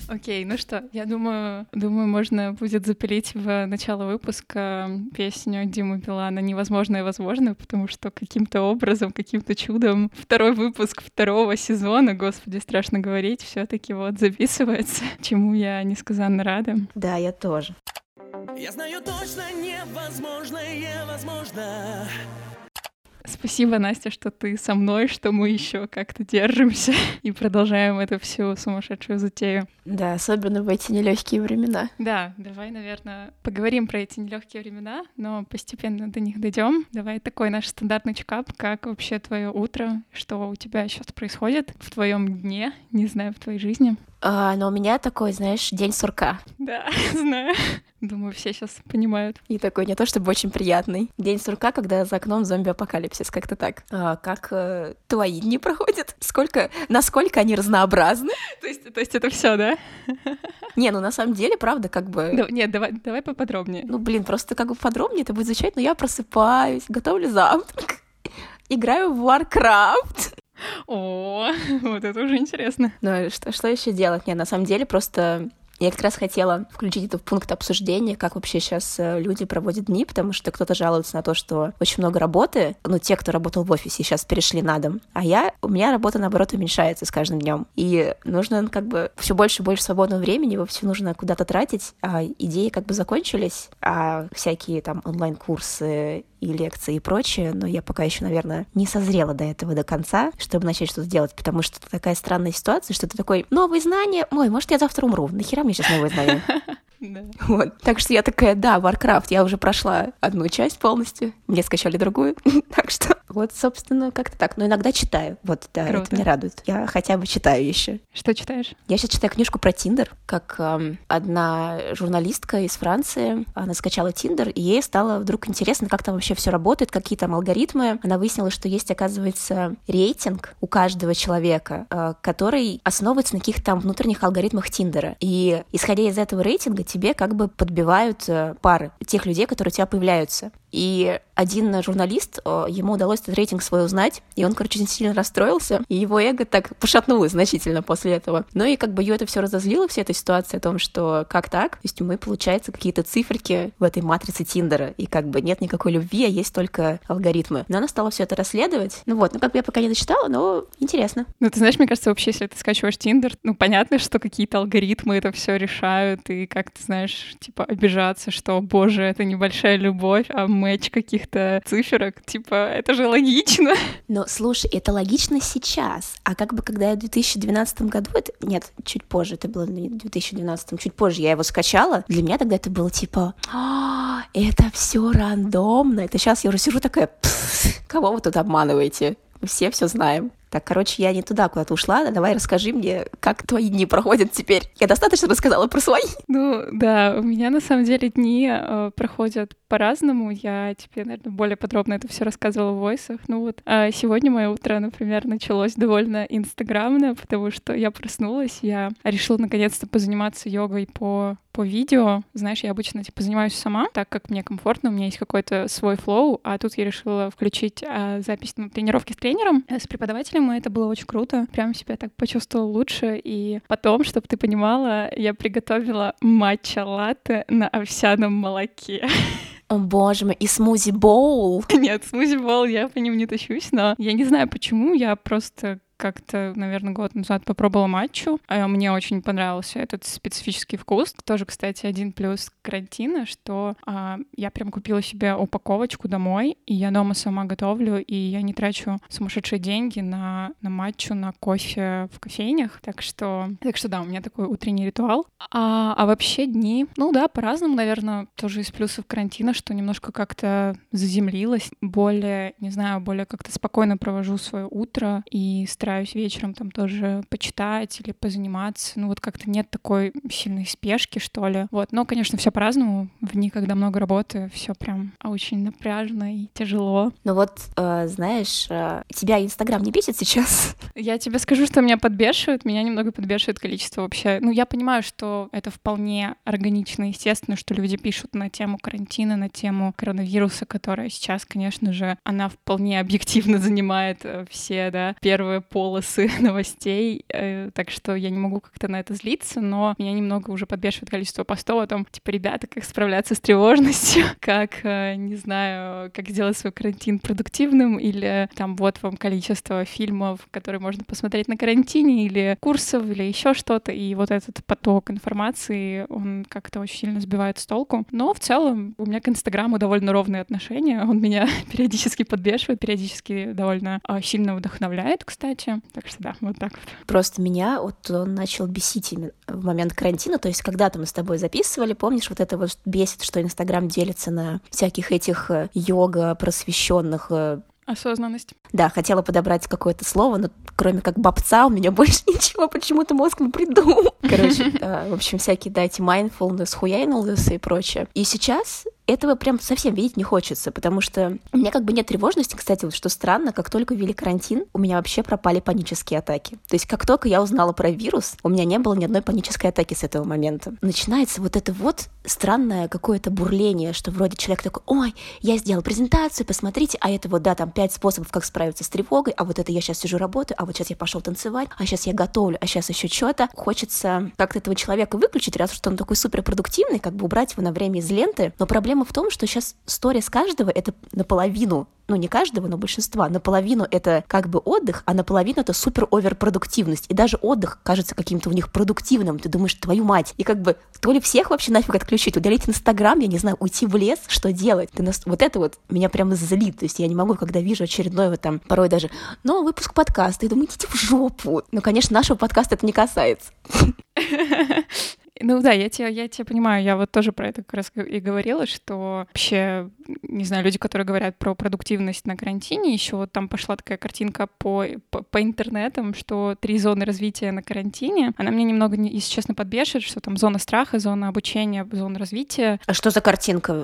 Окей, ну что, я думаю, можно будет запилить в начало выпуска песню Димы Билана «Невозможное возможно», потому что каким-то образом, каким-то чудом второй выпуск второго сезона, господи, страшно говорить, все таки вот записывается, чему я несказанно рада. Да, я тоже. Я знаю точно, невозможное возможно. Спасибо, Настя, что ты со мной, что мы еще как-то держимся и продолжаем эту всю сумасшедшую затею. Да, особенно в эти нелегкие времена. Да, давай, наверное, поговорим про эти нелегкие времена, но постепенно до них дойдем. Давай такой наш стандартный чекап, как вообще твое утро, что у тебя сейчас происходит в твоем дне, не знаю, в твоей жизни. Но у меня такой, знаешь, день сурка. Да, знаю. Думаю, все сейчас понимают. И такой не то чтобы очень приятный. День сурка, когда за окном зомби-апокалипсис, как-то так. Как твои дни проходят? Насколько они разнообразны? То есть это все, да? Не, ну на самом деле, правда, как бы... Нет, давай поподробнее. Ну, блин, просто как бы подробнее это будет звучать, но я просыпаюсь, готовлю завтрак, играю в Warcraft. О, вот это уже интересно. Ну, что еще делать? Нет, на самом деле, просто... Я как раз хотела включить это в пункт обсуждения, как вообще сейчас люди проводят дни, потому что кто-то жалуется на то, что очень много работы, ну, те, кто работал в офисе, сейчас перешли на дом, у меня работа, наоборот, уменьшается с каждым днем. И нужно как бы все больше и больше свободного времени, его все нужно куда-то тратить, а идеи как бы закончились, а всякие там онлайн-курсы и лекции и прочее, но я пока еще, наверное, не созрела до этого до конца, чтобы начать что-то делать, потому что это такая странная ситуация, что ты такой, новые знания, ой, может, я завтра умру, нахера мне сейчас новые знания? Да. Вот. Так что я такая, да, Warcraft, я уже прошла одну часть полностью, мне скачали другую, так что вот, собственно, как-то так. Но иногда читаю, вот, да, Круто. это меня радует. Я хотя бы читаю еще. Что читаешь? Я сейчас читаю книжку про Тиндер, как одна журналистка из Франции, она скачала Тиндер, и ей стало вдруг интересно, как там вообще все работает, какие там алгоритмы. Она выяснила, что есть, оказывается, рейтинг у каждого человека, который основывается на каких-то там внутренних алгоритмах Тиндера. И исходя из этого рейтинга тебе как бы подбивают пары тех людей, которые у тебя появляются. И один журналист, ему удалось этот рейтинг свой узнать, и он, короче, очень сильно расстроился, и его эго так пошатнулось значительно после этого. Ну и как бы ее это все разозлило, вся эта ситуация о том, что как так? То есть мы, получается, какие-то циферки в этой матрице Тиндера, и как бы нет никакой любви, а есть только алгоритмы. Но она стала все это расследовать. Ну вот, как бы я пока не дочитала, но интересно. Ну, ты знаешь, мне кажется, вообще, если ты скачиваешь Тиндер, ну, понятно, что какие-то алгоритмы это все решают, и как ты знаешь, типа, обижаться, что, боже, это небольшая любовь, а мэч каких-то циферок, типа, это же логично. Но, слушай, это логично сейчас. А как бы, когда я в 2012 году... Нет, чуть позже, это было в 2012, чуть позже я его скачала, для меня тогда это было типа... Это все рандомно. Это сейчас я уже сижу такая... Кого вы тут обманываете? Мы все знаем. Так, короче, я не туда куда-то ушла. Давай расскажи мне, как твои дни проходят теперь. Я достаточно рассказала про свои. Ну, да, у меня на самом деле дни проходят по-разному. Я тебе, наверное, более подробно это все рассказывала в войсах. Ну вот, сегодня мое утро, например, началось довольно инстаграмно, потому что я проснулась, я решила наконец-то позаниматься йогой по видео. Знаешь, я обычно типа занимаюсь сама, так как мне комфортно, у меня есть какой-то свой флоу, а тут я решила включить запись на тренировки с тренером, с преподавателем, и это было очень круто. Прям себя так почувствовала лучше. И потом, чтобы ты понимала, я приготовила матча-латте на овсяном молоке. О, боже мой, и смузи-боул. Нет, смузи-боул я по ним не тащусь, но я не знаю почему, я просто как-то, наверное, год назад попробовала матчу. Мне очень понравился этот специфический вкус. Тоже, кстати, один плюс карантина, что я прям купила себе упаковочку домой, и я дома сама готовлю, и я не трачу сумасшедшие деньги на матчу, на кофе в кофейнях. Так что да, у меня такой утренний ритуал. А вообще дни, ну да, по-разному, наверное, тоже из плюсов карантина, что немножко как-то заземлилась, более как-то спокойно провожу свое утро и стараюсь вечером там тоже почитать или позаниматься. Ну вот как-то нет такой сильной спешки, что ли. Вот, но, конечно, все по-разному. В дни, когда много работы, все прям очень напряжно и тяжело. Ну вот, знаешь, тебя Инстаграм не бесит сейчас? Я тебе скажу, что меня подбешивает. Меня немного подбешивает количество вообще. Ну, я понимаю, что это вполне органично и естественно, что люди пишут на тему карантина, на тему коронавируса, которая сейчас, конечно же, она вполне объективно занимает все, да, первые полосы новостей, так что я не могу как-то на это злиться, но меня немного уже подбешивает количество постов о том, типа, ребята, как справляться с тревожностью, как, не знаю, как сделать свой карантин продуктивным, или там вот вам количество фильмов, которые можно посмотреть на карантине, или курсов, или еще что-то, и вот этот поток информации, он как-то очень сильно сбивает с толку. Но в целом у меня к Инстаграму довольно ровные отношения, он меня периодически подбешивает, периодически довольно сильно вдохновляет, кстати. Так что да, вот так вот. Просто меня вот он начал бесить именно в момент карантина, то есть когда-то мы с тобой записывали, помнишь, вот это вот бесит, что Инстаграм делится на всяких этих йога-просвещенных осознанность. Да, хотела подобрать какое-то слово, но кроме как бабца у меня больше ничего почему-то мозг не придумал. Короче, в общем, всякие, да, эти mindfulness, хуяйнулнес и прочее. И сейчас этого прям совсем видеть не хочется, потому что у меня как бы нет тревожности. Кстати, вот что странно, как только ввели карантин, у меня вообще пропали панические атаки. То есть как только я узнала про вирус, у меня не было ни одной панической атаки с этого момента. Начинается вот это вот странное какое-то бурление, что вроде человек такой: ой, я сделал презентацию, посмотрите, а это вот, да, там 5 способов, как справиться с тревогой, а вот это я сейчас сижу работаю, а вот сейчас я пошел танцевать, а сейчас я готовлю, а сейчас еще что-то. Хочется как-то этого человека выключить, раз уж он такой суперпродуктивный, как бы убрать его на время из ленты. Но проблема в том, что сейчас сторис каждого — это наполовину, ну не каждого, но большинства, наполовину это как бы отдых, а наполовину это супер-овер-продуктивность. И даже отдых кажется каким-то у них продуктивным. Ты думаешь, твою мать. И как бы то ли всех вообще нафиг отключить, удалить Инстаграм, я не знаю, уйти в лес, что делать? Вот это вот меня прямо злит. То есть я не могу, когда вижу очередной вот там, порой даже, новый выпуск подкаста, и думаю, идите в жопу. Ну, конечно, нашего подкаста это не касается. Ну да, я тебя понимаю, я вот тоже про это как раз и говорила, что вообще, не знаю, люди, которые говорят про продуктивность на карантине, еще вот там пошла такая картинка по интернетам, что 3 зоны развития на карантине. Она меня немного, если честно, подбешивает, что там зона страха, зона обучения, зона развития. А что за картинка?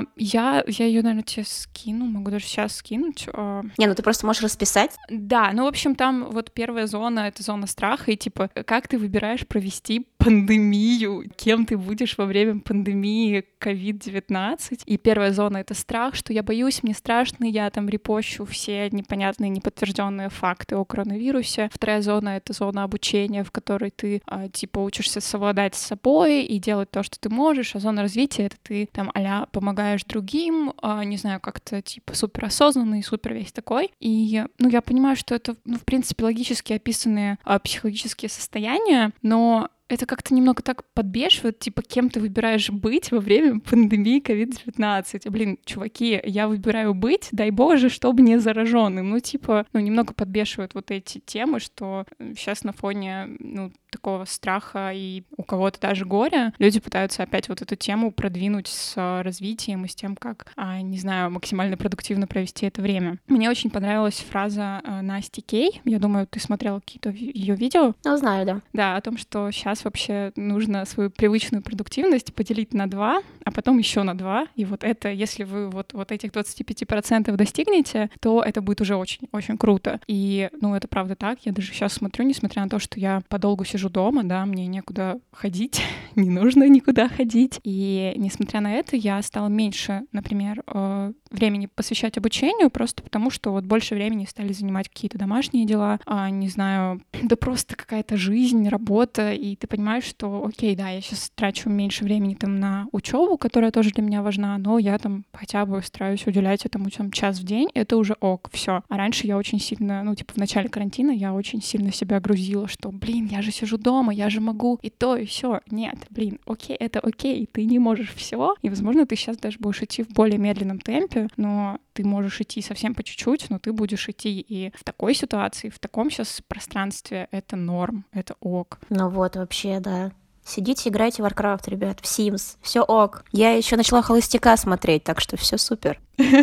Я ее, наверное, тебе скину, могу даже сейчас скинуть. Не, ну ты просто можешь расписать. Да, ну, в общем, там вот первая зона — это зона страха, и типа, как ты выбираешь провести пандемию, кем ты будешь во время пандемии COVID-19. И первая зона — это страх, что я боюсь, мне страшно, я там репощу все непонятные, неподтвержденные факты о коронавирусе. Вторая зона — это зона обучения, в которой ты типа учишься совладать с собой и делать то, что ты можешь. А зона развития — это ты там а-ля помогаешь другим, не знаю, как-то типа суперосознанный, супер весь такой. И, ну, я понимаю, что это, ну, в принципе, логически описанные психологические состояния, но это как-то немного так подбешивает, типа, кем ты выбираешь быть во время пандемии COVID-19. Блин, чуваки, я выбираю быть, дай боже, чтобы не зараженным. Ну, типа, ну, немного подбешивают вот эти темы, что сейчас на фоне, ну, такого страха и у кого-то даже горя люди пытаются опять вот эту тему продвинуть с развитием и с тем, как, не знаю, максимально продуктивно провести это время. Мне очень понравилась фраза Насти Кей. Я думаю, ты смотрела какие-то ее видео. Ну, знаю, да. Да, о том, что сейчас вообще нужно свою привычную продуктивность поделить на 2, а потом еще на 2. И вот это, если вы вот этих 25% достигнете, то это будет уже очень-очень круто. И, ну, это правда так. Я даже сейчас смотрю, несмотря на то, что я подолгу сижу дома, да, мне некуда ходить, не нужно никуда ходить. И несмотря на это, я стала меньше, например, времени посвящать обучению, просто потому что вот больше времени стали занимать какие-то домашние дела, не знаю, да просто какая-то жизнь, работа, и ты понимаешь, что окей, да, я сейчас трачу меньше времени там на учебу, которая тоже для меня важна, но я там хотя бы стараюсь уделять этому там час в день, это уже ок, все. А раньше я очень сильно, ну, типа, в начале карантина я очень сильно себя грузила, что, блин, я же сижу дома, я же могу и то, и все. Нет, блин, окей, это окей, ты не можешь все, и, возможно, ты сейчас даже будешь идти в более медленном темпе, но ты можешь идти совсем по чуть-чуть, но ты будешь идти, и в такой ситуации, в таком сейчас пространстве это норм, это ок. Ну вот, вообще, да. Сидите, играйте в Warcraft, ребят, в Sims, все ок. Я еще начала Холостяка смотреть, так что все супер.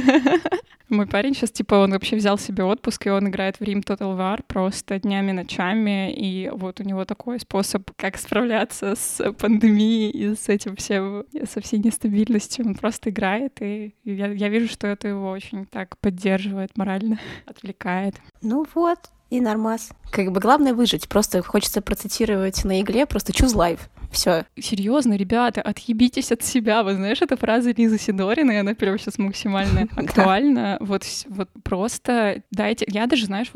Мой парень сейчас, типа, он вообще взял себе отпуск, и он играет в Rim Total War просто днями, ночами, и вот у него такой способ, как справляться с пандемией и с этим всем, со всей нестабильностью. Он просто играет, и я вижу, что это его очень так поддерживает морально, отвлекает. Ну вот, и нормас. Как бы главное выжить. Просто хочется процитировать на игле, просто choose life. Все. Серьезно, ребята, отъебитесь от себя. Вы знаешь, эта фраза Лизы Сидориной, она прям сейчас максимально актуальна. Вот просто дайте... Я даже, знаешь,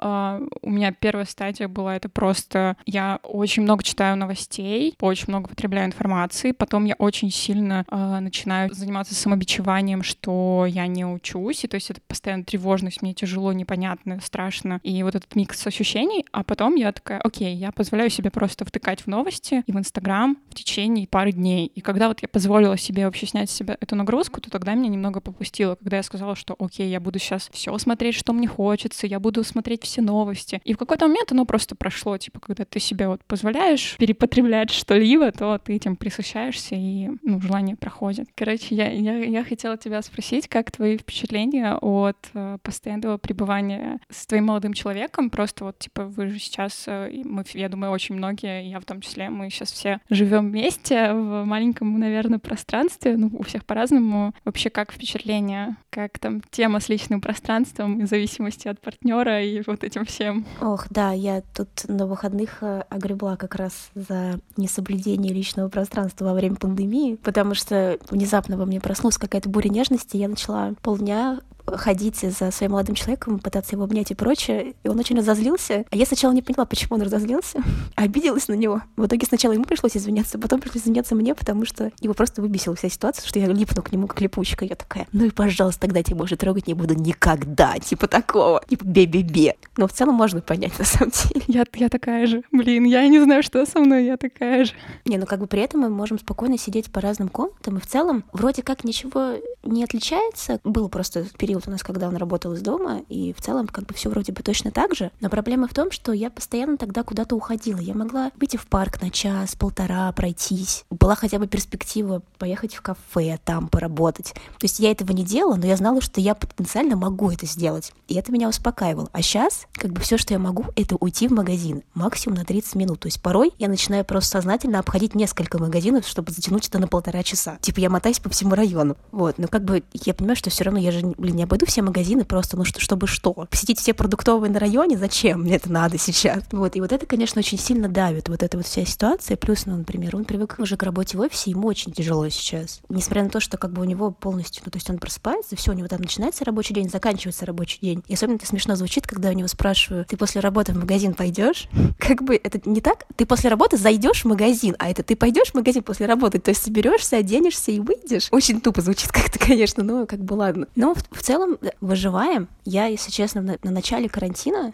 у меня первая стадия была, это просто... Я очень много читаю новостей, очень много потребляю информации, потом я очень сильно начинаю заниматься самобичеванием, что я не учусь, и то есть это постоянно тревожность, мне тяжело, непонятно, страшно, и вот этот микс ощущений, а потом я такая, окей, я позволяю себе просто втыкать в новости и в Инстаграм в течение пары дней. И когда вот я позволила себе вообще снять с себя эту нагрузку, то тогда меня немного попустило, когда я сказала, что окей, я буду сейчас все смотреть, что мне хочется, я буду смотреть все новости. И в какой-то момент оно просто прошло, типа, когда ты себе вот позволяешь перепотреблять что-либо, то ты этим присыщаешься, и, желание проходит. Короче, я хотела тебя спросить, как твои впечатления от постоянного пребывания с твоим молодым человеком? Просто вот, типа, вы же сейчас, я думаю, очень многие, я в том числе, мы сейчас все живем вместе в маленьком, наверное, пространстве, у всех по-разному. Вообще, как впечатление? Как там тема с личным пространством в зависимости от партнера и вот этим всем? Ох, да, я тут на выходных огребла как раз за несоблюдение личного пространства во время пандемии, потому что внезапно во мне проснулась какая-то буря нежности, я начала полдня ходить за своим молодым человеком, пытаться его обнять и прочее, и он очень разозлился. А я сначала не поняла, почему он разозлился, обиделась на него. В итоге сначала ему пришлось извиняться, потом пришлось извиняться мне, потому что его просто выбесила вся ситуация, что я липну к нему как липучка. Я такая, ну и пожалуйста, тогда тебя больше трогать не буду никогда, типа такого, типа бе-бе-бе. Но в целом можно понять, на самом деле. Я такая же. Блин, я не знаю, что со мной, я такая же. Не, при этом мы можем спокойно сидеть по разным комнатам, и в целом вроде как ничего не отличается. Был просто период у нас, когда он работал из дома, и в целом все вроде бы точно так же. Но проблема в том, что я постоянно тогда куда-то уходила. Я могла выйти в парк на час-полтора, пройтись. Была хотя бы перспектива поехать в кафе, там поработать. То есть я этого не делала, но я знала, что я потенциально могу это сделать. И это меня успокаивало. А сейчас все, что я могу, это уйти в магазин. Максимум на 30 минут. То есть порой я начинаю просто сознательно обходить несколько магазинов, чтобы затянуть это на 1,5 часа. Типа я мотаюсь по всему району. Вот. Но я понимаю, что все равно я же, не обойду все магазины просто, чтобы что? Посетить все продуктовые на районе? Зачем мне это надо сейчас? Вот. И вот это, конечно, очень сильно давит. Вот эта вот вся ситуация. Плюс, например, он привык уже к работе в офисе, ему очень тяжело сейчас. Несмотря на то, что у него полностью, то есть он просыпается, все, у него там начинается рабочий день, заканчивается рабочий день. И особенно это смешно звучит, когда у него спрашиваю, ты после работы в магазин пойдешь? Это не так? Ты после работы зайдешь в магазин, а это ты пойдешь в магазин после работы, то есть соберешься, оденешься и выйдешь. Очень тупо звучит как-то, конечно, но ладно. Но в целом выживаем. Я, если честно, в начале карантина,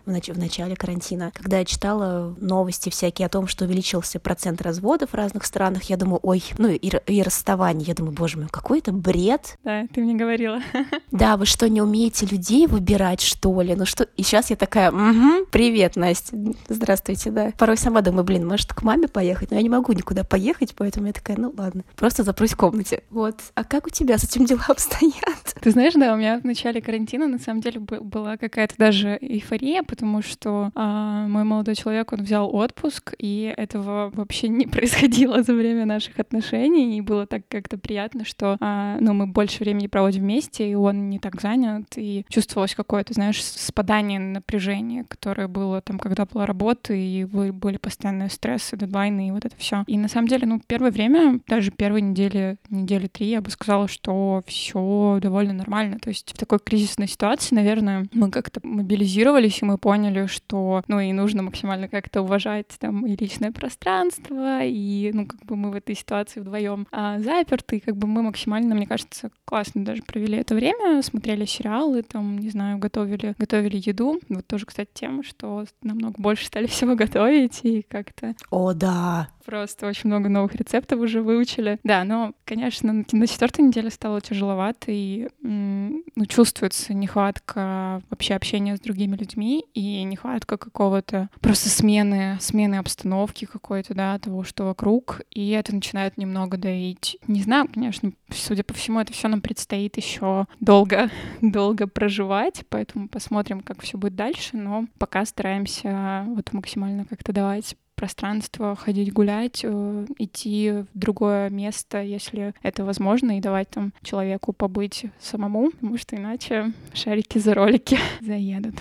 когда я читала новости всякие о том, что увеличился процент разводов в разных странах, я думаю, и расставаний. Я думаю, боже мой, какой это бред. Да, ты мне говорила. Да, вы что, не умеете людей выбирать, что ли? Что? И сейчас я такая, привет, Настя, здравствуйте, да. Порой сама думаю, может, к маме поехать, но я не могу никуда поехать, поэтому я такая, ладно, просто запрусь в комнате. Вот. А как у тебя с этим дела обстоят? Ты знаешь, да, у меня в начале карантина на самом деле была какая-то даже эйфория, потому что мой молодой человек, он взял отпуск, и этого вообще не происходило за время наших отношений, и было так как-то приятно, что мы больше времени проводим вместе, и он не так занят, и чувствовалось какое-то, знаешь, спадание напряжения, которое было там, когда была работа, и были постоянные стрессы, дедлайны, и вот это все. И на самом деле, первое время, даже первые недели 3, я бы сказала, что все довольно нормально. То есть в такой кризисной ситуации, наверное, мы как-то мобилизировались, и мы поняли, что, и нужно максимально как-то уважать там и личное пространство, и, мы в этой ситуации вдвоем заперты, и мы максимально, мне кажется, классно даже провели это время, смотрели сериалы, там, не знаю, готовили еду. Вот тоже, кстати, тема, что намного больше стали всего готовить, и как-то... О, да! Просто очень много новых рецептов уже выучили. Да, но, конечно, на 4-й неделе стало тяжеловато, и чувствуется нехватка вообще общения с другими людьми и нехватка какого-то просто смены обстановки какой-то, да, того, что вокруг, и это начинает немного давить. Не знаю, конечно, судя по всему, это все нам предстоит еще долго проживать, поэтому посмотрим, как все будет дальше, но пока стараемся максимально как-то давать пространство, ходить гулять, идти в другое место, если это возможно, и давать там человеку побыть самому, потому что иначе шарики за ролики заедут.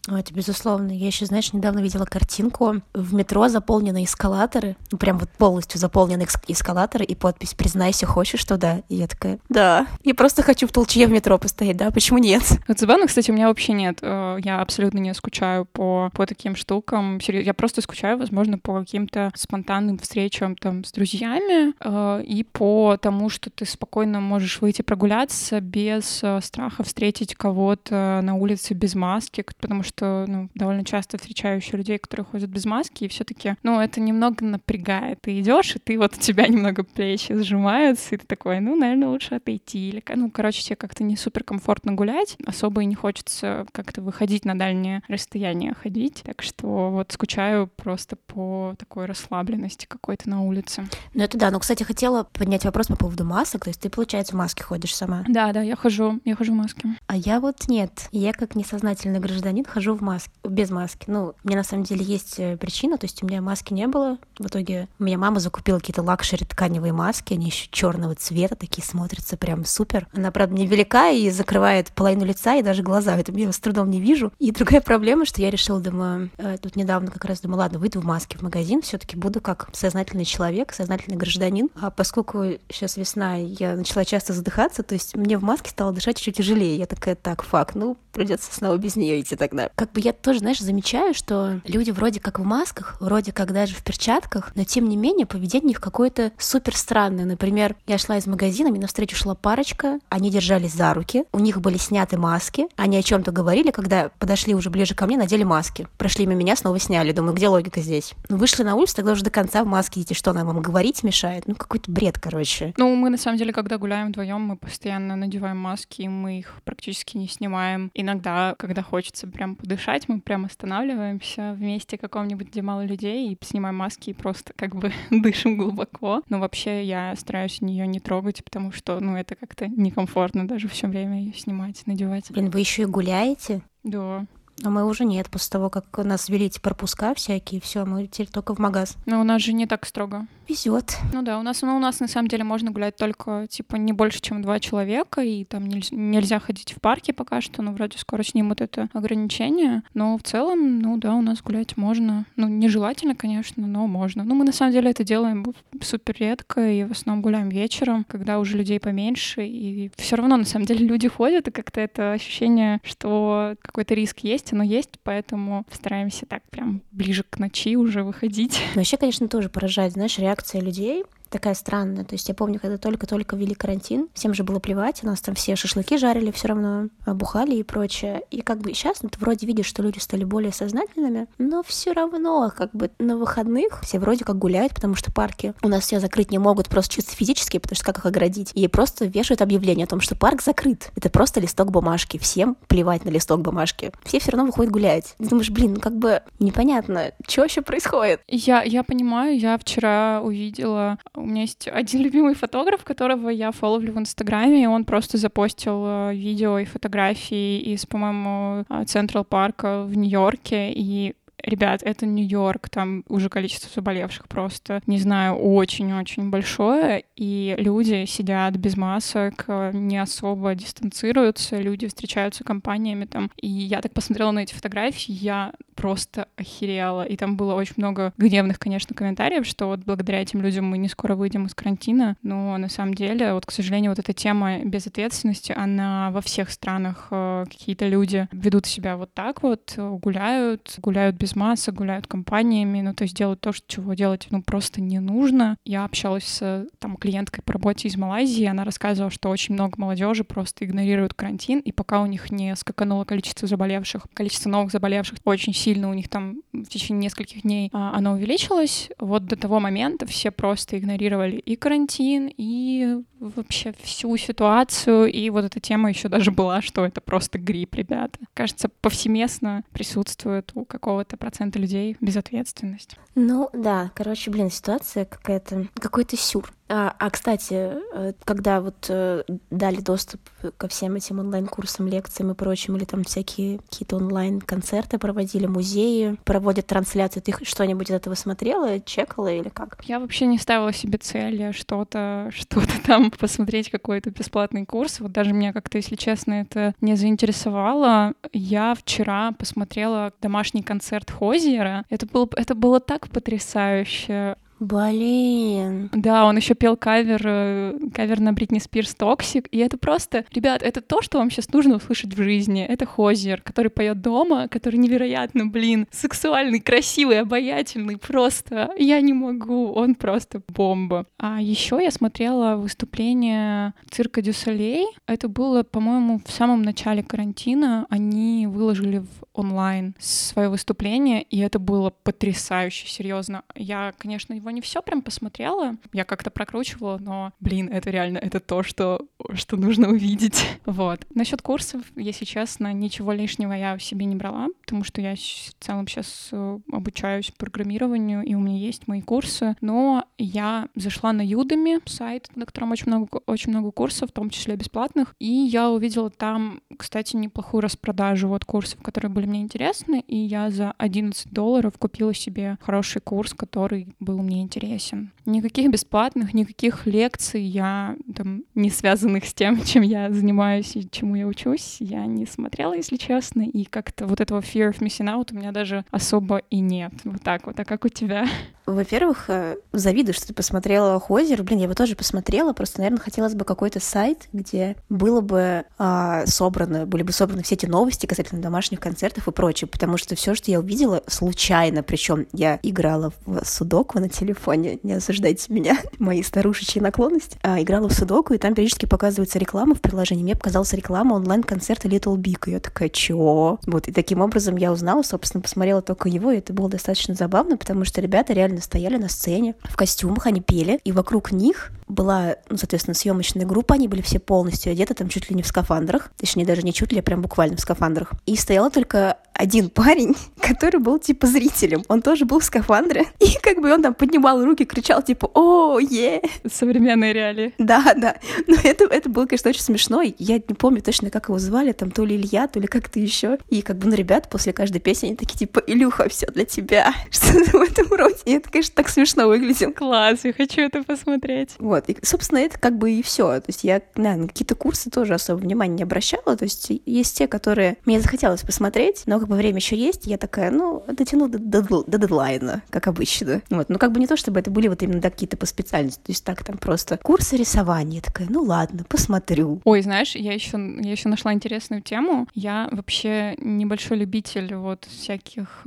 Это безусловно. Я еще, знаешь, недавно видела картинку. В метро заполнены эскалаторы, ну, прям вот полностью заполнены эскалаторы, и подпись «Признайся, хочешь туда?» И я такая, да. Я просто хочу в толчье в метро постоять, да? Почему нет? Вот забавно, кстати, у меня вообще нет. Я абсолютно не скучаю по таким штукам. Я просто скучаю, возможно, по каким-то спонтанным встречам там с друзьями и по тому, что ты спокойно можешь выйти прогуляться без страха встретить кого-то на улице без маски, потому что довольно часто встречаю еще людей, которые ходят без маски, и все-таки, это немного напрягает. Ты идешь, и ты вот у тебя немного плечи сжимаются, и ты такой, наверное, лучше отойти. Или, короче, тебе как-то не супер комфортно гулять, особо и не хочется как-то выходить на дальнее расстояние ходить. Так что вот скучаю просто по такой расслабленности какой-то на улице. Это да. Кстати, хотела поднять вопрос по поводу масок. То есть ты, получается, в маске ходишь сама? Да, я хожу в маске. А я вот нет. Я как несознательный гражданин хожу в маске, без маски. Мне на самом деле есть причина, то есть у меня маски не было. В итоге у меня мама закупила какие-то лакшери тканевые маски, они еще черного цвета, такие смотрятся прям супер. Она, правда, невелика и закрывает половину лица и даже глаза, поэтому я с трудом не вижу. И другая проблема, что я решила, думаю, тут недавно как раз думаю, ладно, выйду в маске в магазин, все-таки буду как сознательный человек, сознательный гражданин. А поскольку сейчас весна, я начала часто задыхаться, то есть мне в маске стало дышать чуть тяжелее. Я такая, так, придется снова без нее идти тогда. Как бы я тоже, знаешь, замечаю, что люди вроде как в масках, вроде как даже в перчатках, но тем не менее поведение их какое-то супер странное. Например, я шла из магазина, мне навстречу шла парочка, они держались за руки, у них были сняты маски, они о чем-то говорили, когда подошли уже ближе ко мне, надели маски. Прошли мимо меня, снова сняли. Думаю, где логика здесь? Вышли на улицу, тогда уже до конца в маске идти. Что, нам говорить мешает? Какой-то бред, короче. Мы на самом деле, когда гуляем вдвоем, мы постоянно надеваем маски, и мы их практически не снимаем. Иногда, когда хочется прям подышать, мы прям останавливаемся в месте каком-нибудь, где мало людей, и снимаем маски и просто как бы дышим глубоко. Но вообще я стараюсь ее не трогать, потому что, это как-то некомфортно даже все время ее снимать, надевать. Блин, вы еще и гуляете? Да. А мы уже нет, после того, как нас ввели эти пропуска всякие, все, мы теперь только в магаз. Но у нас же не так строго. Везет. У нас на самом деле можно гулять только, не больше, чем 2 человека, и там нельзя ходить в парке пока что, вроде скоро снимут это ограничение, но в целом, у нас гулять можно. Нежелательно, конечно, но можно. Мы на самом деле это делаем супер редко, и в основном гуляем вечером, когда уже людей поменьше, и все равно, на самом деле, люди ходят, и как-то это ощущение, что какой-то риск есть, оно есть, поэтому стараемся так прям ближе к ночи уже выходить. Вообще, конечно, тоже поражает, знаешь, реакция людей. Такая странная. То есть я помню, когда только-только ввели карантин, всем же было плевать, у нас там все шашлыки жарили все равно, бухали и прочее. И как бы сейчас ты вроде видишь, что люди стали более сознательными, но все равно как бы на выходных все вроде как гуляют, потому что парки у нас все закрыть не могут просто чисто физически, потому что как их оградить? И просто вешают объявление о том, что парк закрыт. Это просто листок бумажки. Всем плевать на листок бумажки. Все равно выходят гулять. Ты думаешь, как бы непонятно, что вообще происходит? Я понимаю, я вчера увидела. У меня есть один любимый фотограф, которого я фолловлю в Инстаграме, и он просто запостил видео и фотографии из, по-моему, Централ парка в Нью-Йорке, и ребят, это Нью-Йорк, там уже количество заболевших просто, не знаю, очень-очень большое, и люди сидят без масок, не особо дистанцируются, люди встречаются компаниями там, и я так посмотрела на эти фотографии, я просто охерела, и там было очень много гневных, конечно, комментариев, что вот благодаря этим людям мы не скоро выйдем из карантина, но на самом деле, к сожалению, эта тема безответственности, она во всех странах, какие-то люди ведут себя вот так вот, гуляют без масок, гуляют компаниями, то есть делают то, чего делать, просто не нужно. Я общалась с клиенткой по работе из Малайзии, она рассказывала, что очень много молодежи просто игнорируют карантин, и пока у них не скакануло количество новых заболевших очень сильно у них там в течение нескольких дней оно увеличилось, вот до того момента все просто игнорировали и карантин, и вообще всю ситуацию, и вот эта тема еще даже была, что это просто грипп, ребята. Кажется, повсеместно присутствует у какого-то процента людей безответственность. Да, короче, ситуация какой-то сюр. Кстати, когда вот дали доступ ко всем этим онлайн-курсам, лекциям и прочим, или там всякие какие-то онлайн-концерты проводили, музеи, проводят трансляции, ты что-нибудь из этого смотрела, чекала или как? Я вообще не ставила себе цели что-то там посмотреть, какой-то бесплатный курс. Вот даже меня как-то, если честно, это не заинтересовало. Я вчера посмотрела домашний концерт Хозиера. Это было так потрясающе. Блин. Да, он еще пел кавер на Бритни Спирс «Токсик», и это просто, ребят, это то, что вам сейчас нужно услышать в жизни. Это Хозиер, который поет дома, который невероятно, сексуальный, красивый, обаятельный, просто я не могу, он просто бомба. А еще я смотрела выступление Цирка дю Солей. Это было, по-моему, в самом начале карантина. Они выложили в онлайн свое выступление, и это было потрясающе, серьезно. Я, конечно, его не все прям посмотрела, я как-то прокручивала, но, это реально, это то, что нужно увидеть. Вот. Насчет курсов, если честно, ничего лишнего я в себе не брала, потому что я в целом сейчас обучаюсь программированию, и у меня есть мои курсы, но я зашла на Udemy, сайт, на котором очень много курсов, в том числе бесплатных, и я увидела там, кстати, неплохую распродажу курсов, которые были мне интересны, и я за $11 купила себе хороший курс, который был мне интересен. Никаких бесплатных, никаких лекций я там не связанных с тем, чем я занимаюсь и чему я учусь, я не смотрела, если честно, и как-то вот этого fear of missing out у меня даже особо и нет. Вот так вот. А как у тебя? Во-первых, завидую, что ты посмотрела Хозер. Я бы тоже посмотрела, просто, наверное, хотелось бы какой-то сайт, где были бы собраны все эти новости касательно домашних концертов и прочее, потому что все, что я увидела, случайно, причем я играла в судоку на телефоне, не осуждайте меня, мои старушечьи наклонности, играла в судоку, и там периодически показывается реклама в приложении. Мне показалась реклама онлайн-концерта Little Big, и я такая, чё? Вот, и таким образом я узнала, собственно, посмотрела только его, и это было достаточно забавно, потому что ребята реально стояли на сцене, в костюмах, они пели, и вокруг них была, соответственно, съемочная группа, они были все полностью одеты, там чуть ли не в скафандрах, точнее, даже не чуть ли, а прям буквально в скафандрах. И стоял только один парень, который был, типа, зрителем. Он тоже был в скафандре, и как бы он там поднимал руки, кричал, типа, о, е! Современные реалии. Да. Но это было, конечно, очень смешно. Я не помню точно, как его звали, там, то ли Илья, то ли как-то еще. И как бы, ребята после каждой песни, они такие, типа, Илюха, все для тебя. Что-то в этом роде. И это, конечно, так смешно выглядело. Класс, я хочу это посмотреть. Вот, и, собственно, это как бы и все. То есть я на какие-то курсы тоже особо внимания не обращала. То есть есть те, которые мне захотелось посмотреть, но как бы время еще есть, я такая, дотяну до дедлайна, как обычно. Вот, как бы не то, чтобы это были вот именно какие-то по специальности, то есть так там просто курсы рисования. Я такая, ладно, посмотрю. Ой, знаешь, я еще нашла интересную тему. Я вообще небольшой любитель всяких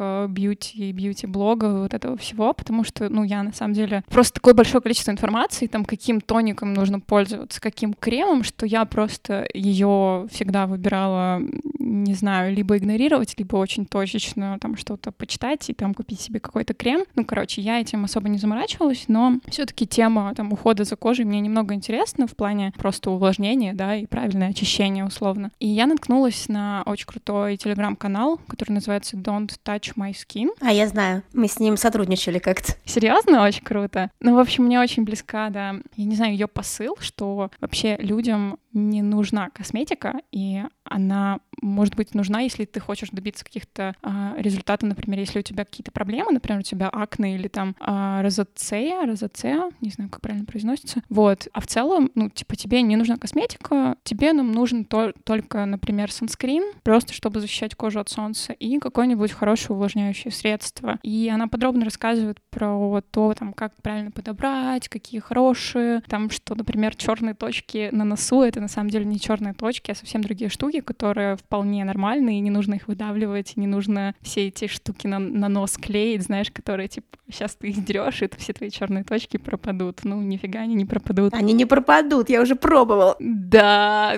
бьюти-блогов, вот этого всего, потому что, я на самом деле просто такое большое количество информации, там, каким тоником нужно пользоваться, каким кремом, что я просто ее всегда выбирала, не знаю, либо игнорировать, либо очень точечно там что-то почитать и там купить себе какой-то крем. Я этим особо не заморачивалась, но все-таки тема там ухода за кожей мне немного интересна в плане просто увлажнения, да, и правильное очищение условно. И я наткнулась на очень крутой телеграм-канал, который называется Don't Touch My Skin. Я знаю, мы с ним сотрудничали как-то. Серьезно? Очень круто. В общем, мне очень близка, да, я не знаю, ее посыл, что вообще людям не нужна косметика, и она может быть нужна, если ты хочешь добиться каких-то результатов, например, если у тебя какие-то проблемы, например, у тебя акне или там розацея, не знаю, как правильно произносится. Вот. А в целом, тебе не нужна косметика, тебе нам нужен только, например, санскрин, просто чтобы защищать кожу от солнца, и какое-нибудь хорошее увлажняющее средство. И она подробно рассказывает про то, там, как правильно подобрать, какие хорошие, там, что, например, черные точки на носу — это на самом деле не черные точки, а совсем другие штуки, которые вполне нормальные, и не нужно их выдавливать, и не нужно все эти штуки на нос клеить, знаешь, которые, типа, сейчас ты их дерешь, и все твои черные точки пропадут. Нифига они не пропадут. Они не пропадут, я уже пробовала. Да.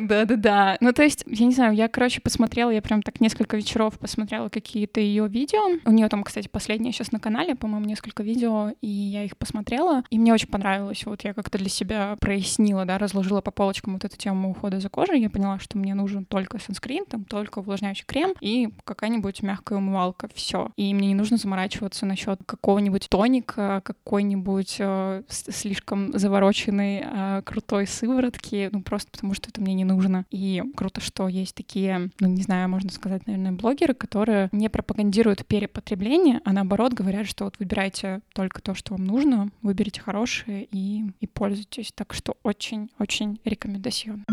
То есть, я не знаю, я, посмотрела, я прям так несколько вечеров посмотрела какие-то ее видео. У нее там, кстати, последнее сейчас на канале, по-моему, несколько видео, и я их посмотрела, и мне очень понравилось. Вот я как-то для себя прояснила, да, разложила по полочкам вот эту тему тему ухода за кожей. Я поняла, что мне нужен только санскрин, там только увлажняющий крем и какая-нибудь мягкая умывалка. Все. И мне не нужно заморачиваться насчет какого-нибудь тоника, какой-нибудь слишком завороченной крутой сыворотки, ну просто потому что это мне не нужно. И круто, что есть такие, ну не знаю, можно сказать, наверное, блогеры, которые не пропагандируют перепотребление, а наоборот говорят, что вот выбирайте только то, что вам нужно, выберите хорошее и пользуйтесь. Так что очень-очень рекомендацион.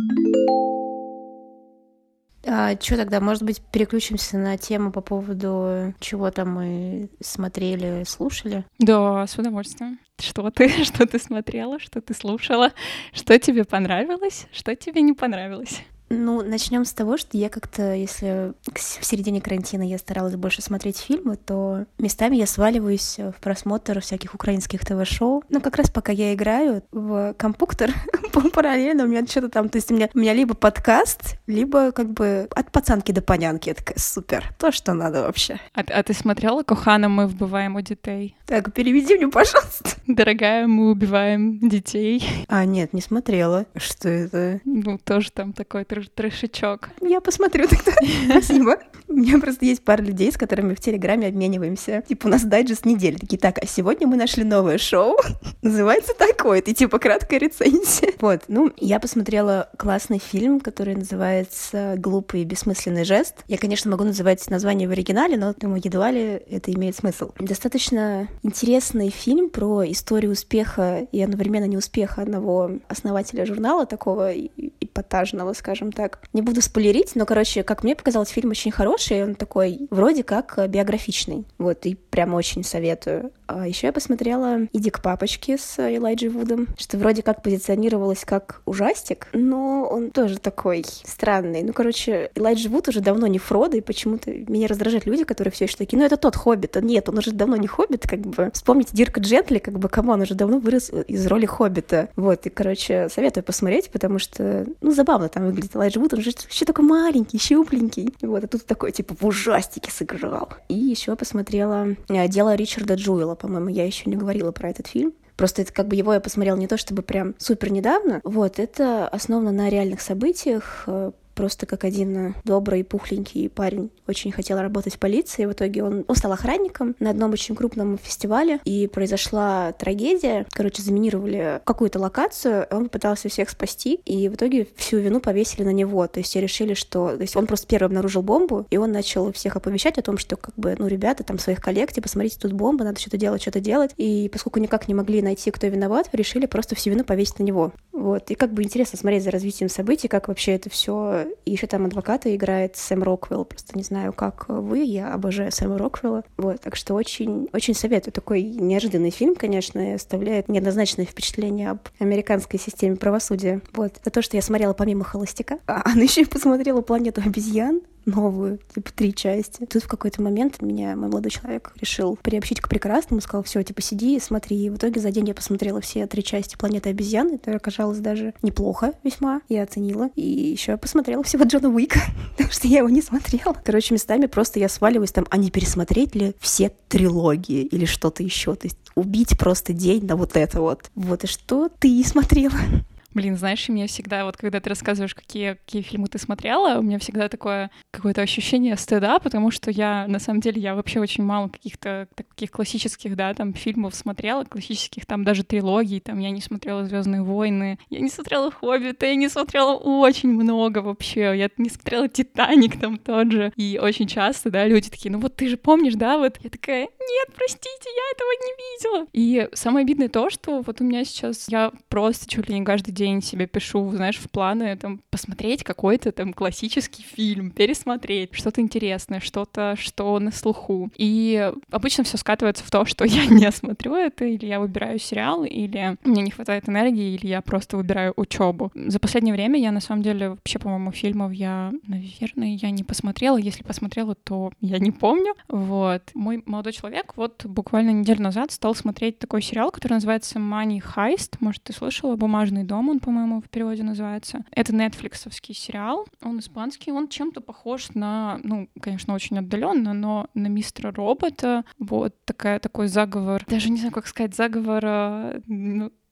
А что тогда, может быть, переключимся на тему по поводу чего там мы смотрели, слушали? Да, с удовольствием. Что ты смотрела, что ты слушала, что тебе понравилось, что тебе не понравилось? Ну, начнем с того, что я как-то, если в середине карантина я старалась больше смотреть фильмы, то местами я сваливаюсь в просмотр всяких украинских ТВ-шоу. Ну, как раз пока я играю в компьютер, параллельно у меня что-то там, то есть у меня либо подкаст, либо как бы от пацанки до панянки. Я такая, супер, то, что надо вообще. А ты смотрела «Кохана, мы вбиваем у детей»? Так, переведи мне, пожалуйста. Дорогая, мы убиваем детей. А, нет, не смотрела. Что это? Ну, тоже там такой трешечок. Я посмотрю тогда. Спасибо. У меня просто есть пара людей, с которыми в Телеграме обмениваемся. Типа у нас дайджест недели. Такие, так, а сегодня мы нашли новое шоу. Называется такое-то. И типа краткая рецензия. Вот, ну, я посмотрела классный фильм, который называется «Глупый и бессмысленный жест». Я, конечно, могу называть название в оригинале, но, думаю, едва ли это имеет смысл. Достаточно интересный фильм про историю успеха и одновременно неуспеха одного основателя журнала, такого эпатажного, скажем так. Не буду спойлерить, но, короче, как мне показалось, фильм очень хороший, он такой вроде как биографичный. Вот, и прямо очень советую. А еще я посмотрела «Иди к папочке» с Элайджей Вудом, что вроде как позиционировалось как ужастик, но он тоже такой странный. Ну, короче, Элайджа Вуд уже давно не Фродо, и почему-то меня раздражают люди, которые все еще такие, ну, это тот Хоббит. Нет, он уже давно не Хоббит, как бы. Вспомните Дирка Джентли, как бы, камон, он уже давно вырос из роли Хоббита. Вот, и, короче, советую посмотреть, потому что, ну, забавно там выглядит Элайджа Вуд, он же еще такой маленький, щупленький. Вот, а тут такой, типа, в ужастике сыграл. И еще посмотрела «Дело Ричарда Джуэла», по-моему, я еще не говорила про этот фильм. Просто это как бы его я посмотрела не то чтобы прям супер недавно. Вот, это основано на реальных событиях. Просто как один добрый, пухленький парень очень хотел работать в полиции. В итоге он стал охранником на одном очень крупном фестивале. И произошла трагедия. Короче, заминировали какую-то локацию. Он пытался всех спасти. И в итоге всю вину повесили на него. То есть все решили, что... То есть он просто первый обнаружил бомбу. И он начал всех оповещать о том, что как бы, ну, ребята, там, своих коллег, типа, смотрите, тут бомба, надо что-то делать. И поскольку никак не могли найти, кто виноват, решили просто всю вину повесить на него. Вот. И как бы интересно смотреть за развитием событий, как вообще это все. И еще там адвоката играет Сэм Роквелл. Просто не знаю, как вы, я обожаю Сэма Роквелла. Вот, так что очень, очень советую. Такой неожиданный фильм, конечно, и оставляет неоднозначное впечатление об американской системе правосудия. Вот, это то, что я смотрела помимо «Холостяка». Но еще и посмотрела «Планету обезьян», новую, типа 3 части. Тут в какой-то момент меня мой молодой человек решил приобщить к прекрасному, сказал, все, типа, сиди и смотри. И в итоге за день я посмотрела все 3 части «Планеты обезьян». Это оказалось даже неплохо весьма. Я оценила. И еще я посмотрела всего Джона Уика, потому что я его не смотрела. Короче, местами просто я сваливаюсь там, а не пересмотреть ли все трилогии или что-то еще. То есть убить просто день на вот это вот. Вот, и что ты смотрела? Блин, знаешь, у меня всегда, вот когда ты рассказываешь, какие фильмы ты смотрела, у меня всегда такое какое-то ощущение стыда, потому что я, на самом деле, я вообще очень мало каких-то таких классических, да, там, фильмов смотрела, классических, там, даже трилогий, там, я не смотрела «Звездные войны», я не смотрела «Хоббита», я не смотрела очень много вообще, я не смотрела «Титаник» там тот же, и очень часто, да, люди такие, ну вот ты же помнишь, да, вот, я такая, нет, простите, я этого не видела. И самое обидное то, что вот у меня сейчас, я просто чуть ли не каждый день себе пишу, знаешь, в планы там посмотреть какой-то там классический фильм, пересмотреть что-то интересное, что-то, что на слуху. И обычно все скатывается в то, что я не смотрю это, или я выбираю сериал, или мне не хватает энергии, или я просто выбираю учебу. За последнее время я, на самом деле, вообще, по-моему, фильмов наверное, я не посмотрела. Если посмотрела, то я не помню. Вот. Мой молодой человек вот буквально неделю назад стал смотреть такой сериал, который называется Money Heist. Может, ты слышала? «Бумажный дом», он, по-моему, в переводе называется. Это нетфликсовский сериал, он испанский, он чем-то похож на, ну, конечно, очень отдаленно, но на «Мистера Робота». Вот такой заговор, даже не знаю, как сказать, заговор, ну,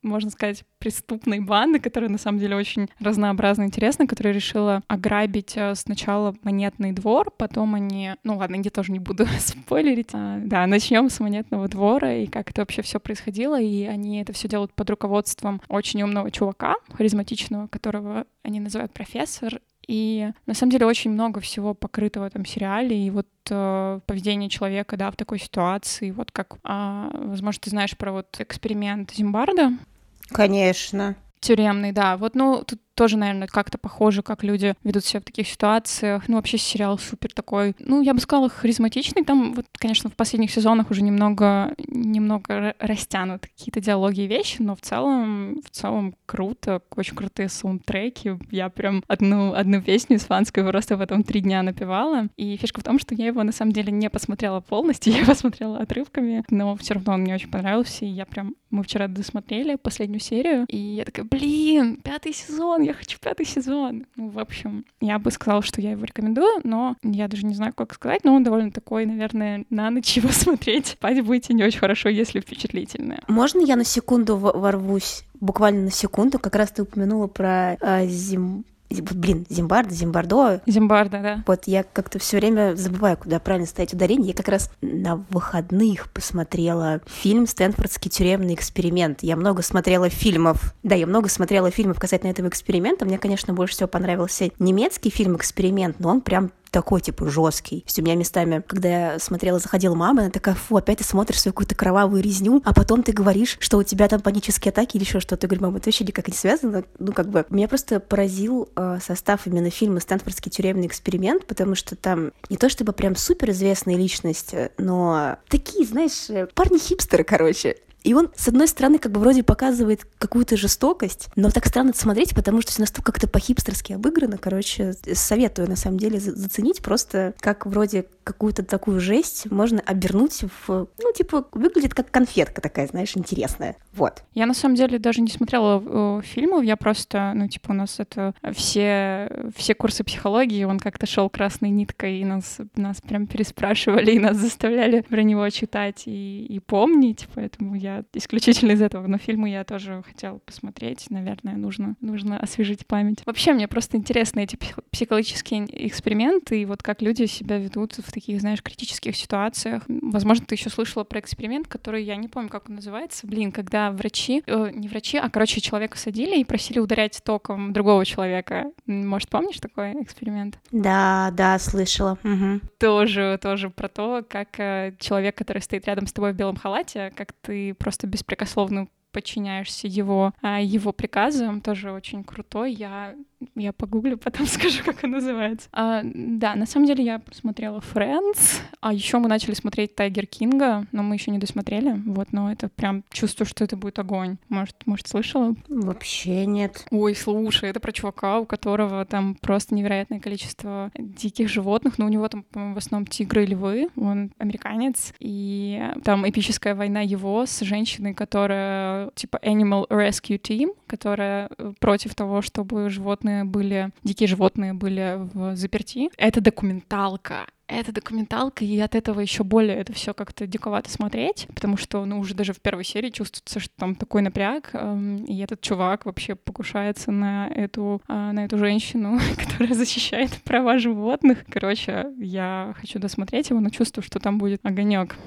можно сказать, преступной банды, которая на самом деле очень разнообразна и интересна, которая решила ограбить сначала монетный двор, потом они... Ну ладно, я тоже не буду спойлерить. Да, начнем с монетного двора и как это вообще все происходило. И они это все делают под руководством очень умного чувака, харизматичного, которого они называют профессор. И на самом деле очень много всего покрыто в этом сериале. И вот поведение человека, да, в такой ситуации. Вот как, возможно, ты знаешь про вот эксперимент Зимбарда. Конечно. Тюремный, да. Вот, ну, тут тоже, наверное, как-то похоже, как люди ведут себя в таких ситуациях. Ну, вообще сериал супер такой, ну, я бы сказала, харизматичный. Там, вот, конечно, в последних сезонах уже немного растянут какие-то диалоги и вещи, но в целом круто, очень крутые саундтреки. Я прям одну песню испанскую просто потом 3 дня напевала. И фишка в том, что я его, на самом деле, не посмотрела полностью, я посмотрела отрывками, но все равно он мне очень понравился, и мы вчера досмотрели последнюю серию, и я такая, 5-й сезон, я хочу 5-й сезон. Ну, в общем, я бы сказала, что я его рекомендую, но я даже не знаю, как сказать, но он довольно такой, наверное, на ночь его смотреть. Спать будете не очень хорошо, если впечатлительное. Можно я на секунду ворвусь? Буквально на секунду. Как раз ты упомянула про Зимбардо. Зимбарда, да. Вот я как-то все время забываю, куда правильно ставить ударение. Я как раз на выходных посмотрела фильм «Стэнфордский тюремный эксперимент». Я много смотрела фильмов касательно этого эксперимента. Мне, конечно, больше всего понравился немецкий фильм «Эксперимент», но он прям такой, типа, жесткий. То есть у меня местами, когда я смотрела, заходила мама, она такая, фу, опять ты смотришь свою какую-то кровавую резню, а потом ты говоришь, что у тебя там панические атаки или еще что-то. Я говорю, мама, это вообще никак не связано. Ну, как бы, меня просто поразил состав именно фильма «Стэнфордский тюремный эксперимент», потому что там не то чтобы прям суперизвестные личности, но такие, знаешь, парни-хипстеры, короче. И он, с одной стороны, как бы вроде показывает какую-то жестокость, но так странно это смотреть, потому что все настолько как-то по-хипстерски обыграно. Короче, советую, на самом деле, заценить просто, как вроде какую-то такую жесть можно обернуть в... Ну, типа, выглядит как конфетка такая, знаешь, интересная. Вот. Я, на самом деле, даже не смотрела фильмов, я просто, ну, типа, у нас это все курсы психологии, он как-то шел красной ниткой, и нас прям переспрашивали, и нас заставляли про него читать и помнить, поэтому я исключительно из этого. Но фильмы я тоже хотела посмотреть. Наверное, нужно освежить память. Вообще, мне просто интересны эти психологические эксперименты и вот как люди себя ведут в таких, знаешь, критических ситуациях. Возможно, ты еще слышала про эксперимент, который, я не помню, как он называется. Когда человека садили и просили ударять током другого человека. Может, помнишь такой эксперимент? Да, слышала. Угу. Тоже про то, как человек, который стоит рядом с тобой в белом халате, как ты просто беспрекословно подчиняешься его приказам, тоже очень крутой. Я погуглю, потом скажу, как он называется. Да, на самом деле я посмотрела Friends, а еще мы начали смотреть Тайгер Кинга, но мы еще не досмотрели, вот, но это прям чувствую, что это будет огонь. Может, слышала? Вообще нет. Ой, слушай, это про чувака, у которого там просто невероятное количество диких животных, но у него там, по-моему, в основном тигры и львы, он американец, и там эпическая война его с женщиной, которая типа Animal Rescue Team, которая против того, чтобы дикие животные были в заперти. Это документалка, и от этого еще более это все как-то диковато смотреть, потому что, уже даже в первой серии чувствуется, что там такой напряг, и этот чувак вообще покушается на эту женщину, которая защищает права животных. Короче, я хочу досмотреть его, но чувствую, что там будет огонек.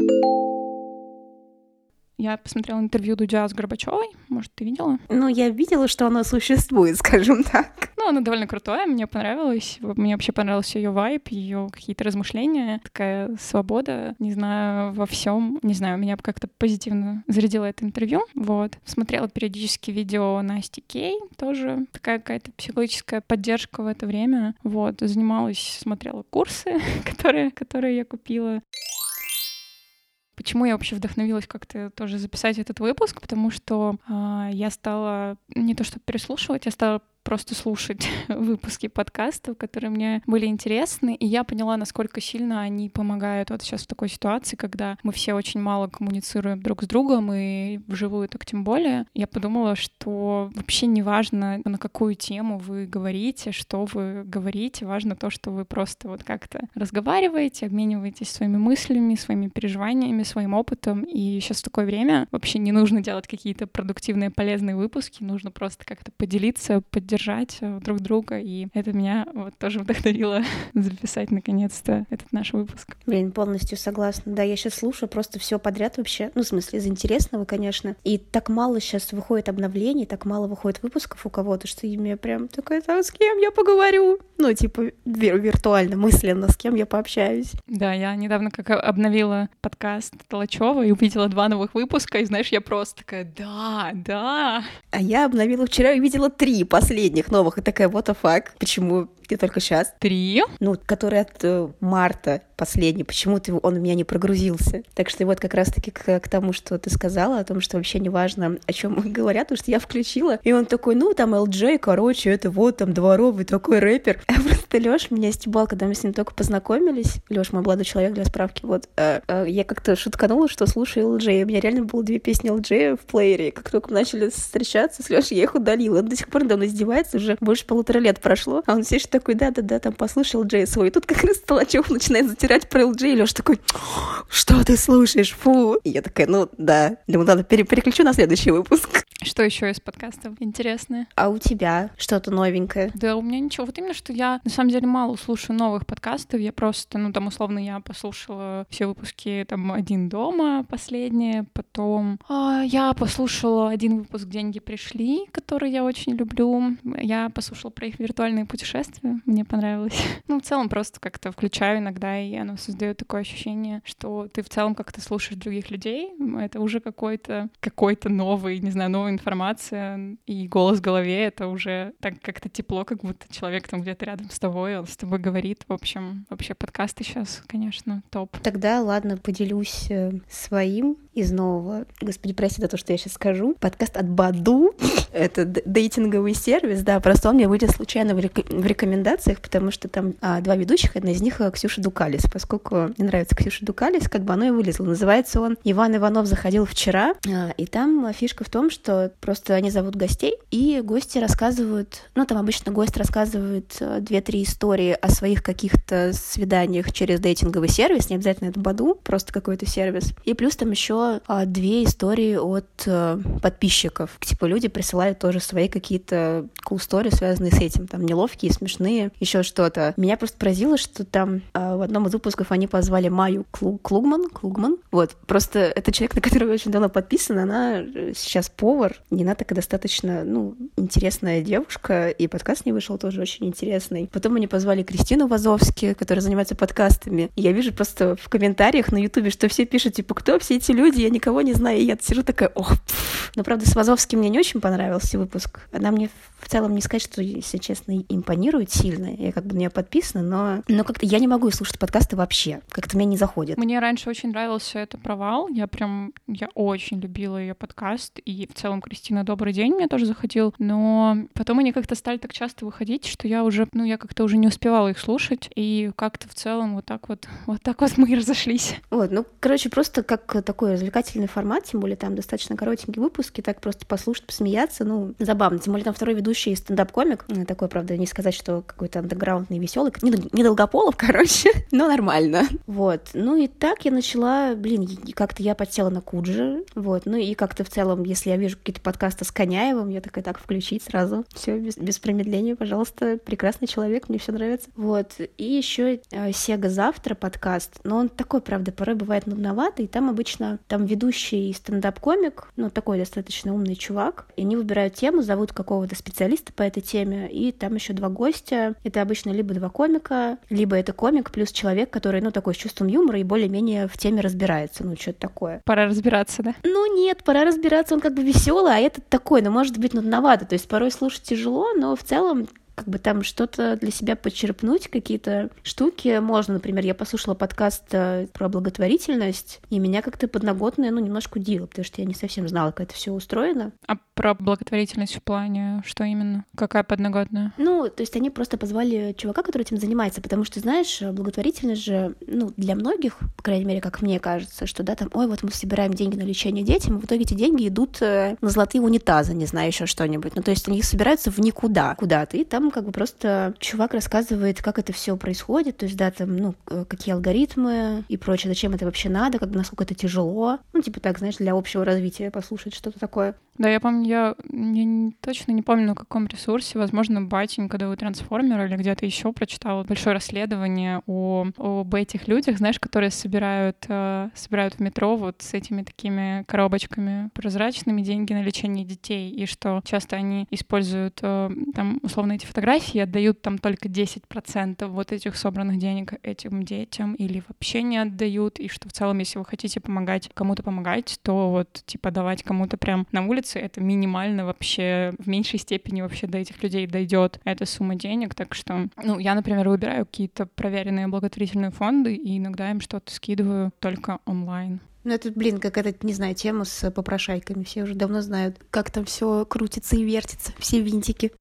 Я посмотрела интервью Дудя с Горбачевой. Может, ты видела? Ну, я видела, что оно существует, скажем так. Ну, оно довольно крутое, мне понравилось. Мне вообще понравился ее вайб, ее какие-то размышления, такая свобода, не знаю, во всем. Не знаю, меня как-то позитивно зарядило это интервью. Вот. Смотрела периодически видео Насти Кей, тоже такая какая-то психологическая поддержка в это время. Вот. Смотрела курсы, которые я купила. Почему я вообще вдохновилась как-то тоже записать этот выпуск? Потому что я стала не то что переслушивать, я стала просто слушать выпуски подкастов, которые мне были интересны, и я поняла, насколько сильно они помогают вот сейчас в такой ситуации, когда мы все очень мало коммуницируем друг с другом, и вживую так тем более. Я подумала, что вообще не важно, на какую тему вы говорите, что вы говорите, важно то, что вы просто вот как-то разговариваете, обмениваетесь своими мыслями, своими переживаниями, своим опытом, и сейчас в такое время вообще не нужно делать какие-то продуктивные, полезные выпуски, нужно просто как-то поделиться, поддержать друг друга, и это меня вот тоже вдохновило записать наконец-то этот наш выпуск. Блин, полностью согласна. Да, я сейчас слушаю просто все подряд вообще, ну, в смысле, из интересного, конечно, и так мало сейчас выходит обновлений, так мало выходит выпусков у кого-то, что я прям такая, так, с кем я поговорю? Ну, типа, виртуально, мысленно, с кем я пообщаюсь. Да, я недавно как обновила подкаст Толочёва и увидела 2 новых выпуска, и, знаешь, я просто такая, да. А я обновила вчера и увидела 3 последних новых, и такая, what the fuck, почему я только сейчас? 3? Ну, который от марта последний, почему-то он у меня не прогрузился. Так что вот как раз-таки к тому, что ты сказала, о том, что вообще не важно, о чем говорят, потому что я включила, и он такой, ну, там LJ, короче, это вот там дворовый такой рэпер. А просто Лёш меня стебал, когда мы с ним только познакомились. Лёш, мой молодой человек, для справки, вот. Я как-то шутканула, что слушаю LJ. У меня реально было 2 песни LJ в плеере. Как только мы начали встречаться с Лёшей, я их удалила. Он до сих пор надо мной издевается, уже больше 1,5 лет прошло. А он все еще такой, да-да-да, там послушал LJ свой. И тут как раз Толочёв начинает затирать про LJ, и Лёша такой, что ты слушаешь, фу. И я такая, ну да. Думаю, ладно, переключу на следующий выпуск. Что еще из подкастов интересное? А у тебя что-то новенькое? Да, у меня ничего. Вот именно, что я на самом деле мало слушаю новых подкастов. Я просто, ну там условно я послушала все выпуски там «Один дома» последние, потом я послушала 1 выпуск «Деньги пришли», который я очень люблю. Я послушала про их виртуальные путешествия, мне понравилось. Ну, в целом просто как-то включаю иногда, и оно создает такое ощущение, что ты в целом как-то слушаешь других людей. Это уже какой-то новый, не знаю, новая информация, и голос в голове — это уже так как-то тепло, как будто человек там где-то рядом с тобой, он с тобой говорит. В общем, вообще подкасты сейчас, конечно, топ. Тогда, ладно, поделюсь своим из нового. Господи, прости за то, что я сейчас скажу. Подкаст от Баду. Это дейтинговый сервис, да, просто он мне вылез случайно в рекомендациях, потому что там 2 ведущих, одна из них Ксюша Дукалис. Поскольку мне нравится Ксюша Дукалис, как бы оно и вылезло. Называется он «Иван Иванов заходил вчера», и там фишка в том, что просто они зовут гостей, и гости рассказывают, ну, там обычно гость рассказывает 2-3 истории о своих каких-то свиданиях через дейтинговый сервис, не обязательно это Баду, просто какой-то сервис. И плюс там еще 2 истории от подписчиков. Типа люди присылают тоже свои какие-то cool story, связанные с этим, там неловкие, смешные, еще что-то. Меня просто поразило, что там в одном из выпусков они позвали Майю Клугман. Вот, просто это человек, на которого я очень давно подписана, она сейчас повар, и она такая достаточно, ну, интересная девушка, и подкаст не вышел тоже очень интересный. Потом они позвали Кристину Вазовски, которая занимается подкастами. И я вижу просто в комментариях на Ютубе, что все пишут, типа, кто все эти люди, я никого не знаю, и я сижу такая, ох, пфф. Но, правда, с Вазовски мне не очень понравился выпуск. Она мне в целом не сказать, что, если честно, импонирует сильно. Я как бы на нее подписана, но как-то я не могу слушать подкасты вообще. Как-то меня не заходит. Мне раньше очень нравился «Это провал». Я очень любила ее подкаст. И в целом Кристина «Добрый день» мне тоже заходил. Но потом они как-то стали так часто выходить, что я как-то уже не успевала их слушать. И как-то в целом вот так вот мы и разошлись. Вот, ну, короче, просто как такой развлекательный формат, тем более там достаточно коротенькие выпуски, так просто послушать, посмеяться, ну, забавно. Тем более там второй ведущий стендап-комик, такой, правда, не сказать, что какой-то андеграундный, веселый, не Долгополов, короче, но нормально. Вот, ну и так я начала, как-то я подсела на Куджи, вот, ну и как-то в целом, если я вижу какие-то подкасты с Коняевым, я такая, так, включить сразу, все без промедления, пожалуйста, прекрасный человек, мне все нравится. Вот, и еще Сега завтра подкаст, но он такой, правда, порой бывает нудноватый, там обычно ведущий стендап-комик, ну, такой достаточно умный чувак, и они выбирают тему, зовут какого-то специалиста по этой теме, и там еще 2 гостя, это обычно либо 2 комика, либо это комик плюс человек, который, ну, такой с чувством юмора и более-менее в теме разбирается, ну, что-то такое. Пора разбираться, да? Ну, нет, пора разбираться, он как бы веселый, а этот такой, ну, может быть, нудновато, то есть порой слушать тяжело, но в целом как бы там что-то для себя подчерпнуть, какие-то штуки можно. Например, я послушала подкаст про благотворительность, и меня как-то подноготное, немножко удивило, потому что я не совсем знала, как это все устроено. А про благотворительность в плане что именно? Какая подноготная? То есть они просто позвали чувака, который этим занимается, потому что, знаешь, благотворительность же, для многих, по крайней мере, как мне кажется, что, да, там, ой, вот мы собираем деньги на лечение детям, и в итоге эти деньги идут на золотые унитазы, не знаю, еще что-нибудь. То есть они собираются в никуда, куда-то, и там как бы просто чувак рассказывает, как это все происходит, то есть, да, там, какие алгоритмы и прочее, зачем это вообще надо, насколько это тяжело, так, знаешь, для общего развития послушать что-то такое. Да, я помню, я точно не помню, на каком ресурсе, возможно, Батенька, да, у Трансформера или где-то еще прочитала большое расследование об этих людях, знаешь, которые собирают в метро вот с этими такими коробочками прозрачными деньги на лечение детей, и что часто они используют там условно эти фотографии и отдают там только 10% вот этих собранных денег этим детям или вообще не отдают, и что в целом, если вы хотите кому-то помогать, то вот типа давать кому-то прям на улице, это минимально вообще, в меньшей степени вообще до этих людей дойдет эта сумма денег, так что, я, например, выбираю какие-то проверенные благотворительные фонды и иногда им что-то скидываю только онлайн. Это, какая-то, не знаю, тема с попрошайками. Все уже давно знают, как там все крутится и вертится, все винтики.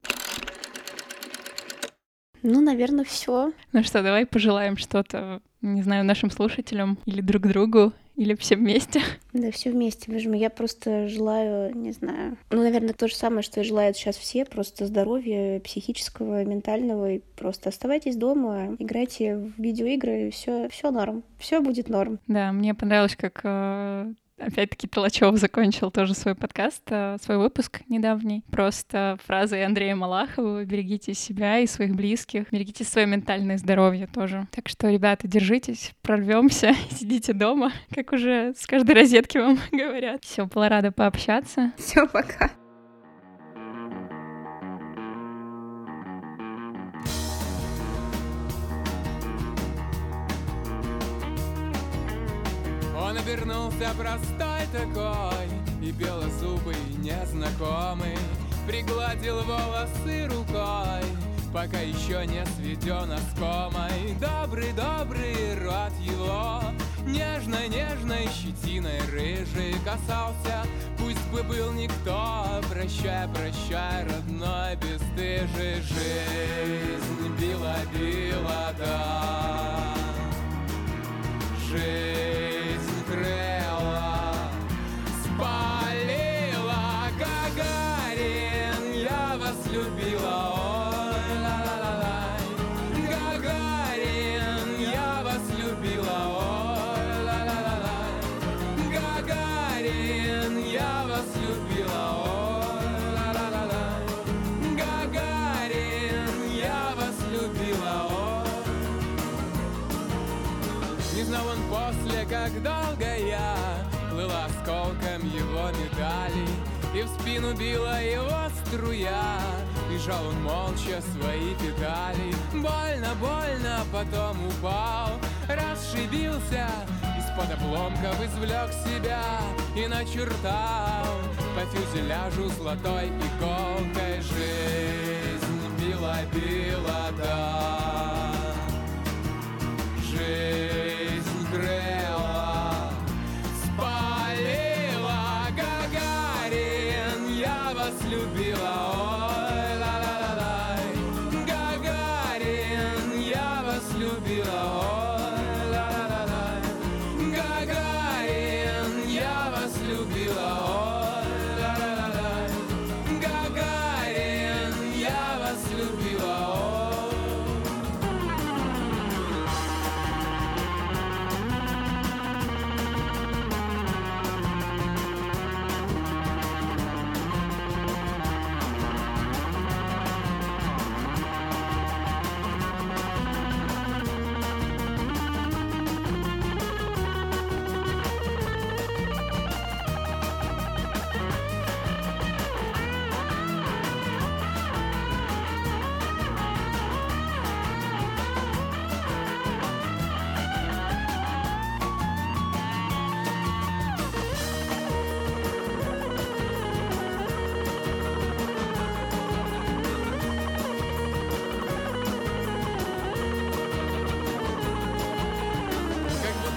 Наверное, все. Что, давай пожелаем что-то, не знаю, нашим слушателям или друг другу, или все вместе. Да, все вместе. Я просто желаю, не знаю, наверное, то же самое, что и желают сейчас все, просто здоровья психического, ментального, и просто оставайтесь дома, играйте в видеоигры, и все норм, все будет норм. Да, мне понравилось, как опять-таки Толачев закончил тоже свой подкаст, свой выпуск недавний, просто фразой Андрея Малахова: «Берегите себя и своих близких, берегите свое ментальное здоровье тоже». Так что, ребята, держитесь, прорвемся, сидите дома, как уже с каждой розетки вам говорят. Все, была рада пообщаться. Все, пока. Он обернулся простой такой и белозубый незнакомый, пригладил волосы рукой, пока еще не сведен оскомой. Добрый рот его нежной щетиной рыжий касался. Пусть бы был никто, прощай, родной бесстыжий. Жизнь била, да, жизнь крыла, спалила. Гагарин, я вас любила, ой, ла-ла-ла-лай. Гагарин, я вас любила, ой, ла-ла-ла-лай. Гагарин, я вас любила, ой, ла-ла-ла-лай. Гагарин, я вас любила, ой. Не знал он после, как долго я плыла осколком его медалей, и в спину била его струя, и жал он молча свои педали. Больно, потом упал, расшибился, из-под обломков извлек себя и начертал по фюзеляжу золотой иголкой. Жизнь била, да, жизнь крыла, спалила. Гагарин, я вас любила, ой, ла-ла-ла-лай. Гагарин, я вас любила, ой, ла-ла-ла-лай. Гагарин, я вас любила, ой, ла-ла-ла-лай. Гагарин, я вас любила, ой.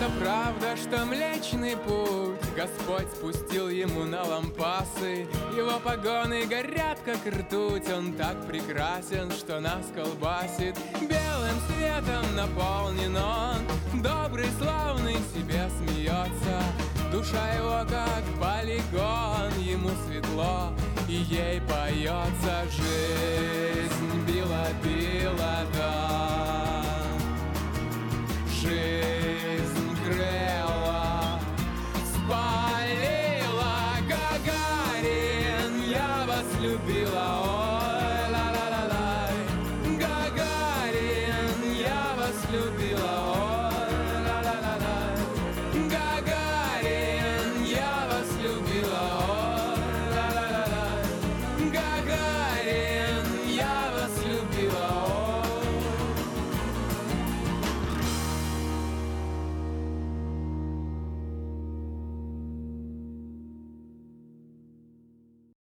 это правда, что Млечный Путь Господь спустил ему на лампасы. Его погоны горят, как ртуть. Он так прекрасен, что нас колбасит. Белым светом наполнен он, добрый, славный, себе смеется. Душа его как полигон, ему светло, и ей поется. Жизнь била-била, да, жизнь грела, спалила. Гагарин, я вас любила, ой, ла-ла-ла-лай. Гагарин, я вас любила, ой, ла-ла-ла-лай. Гагарин, я вас любила, ой, ла-ла-ла-лай. Гагарин, я вас любила.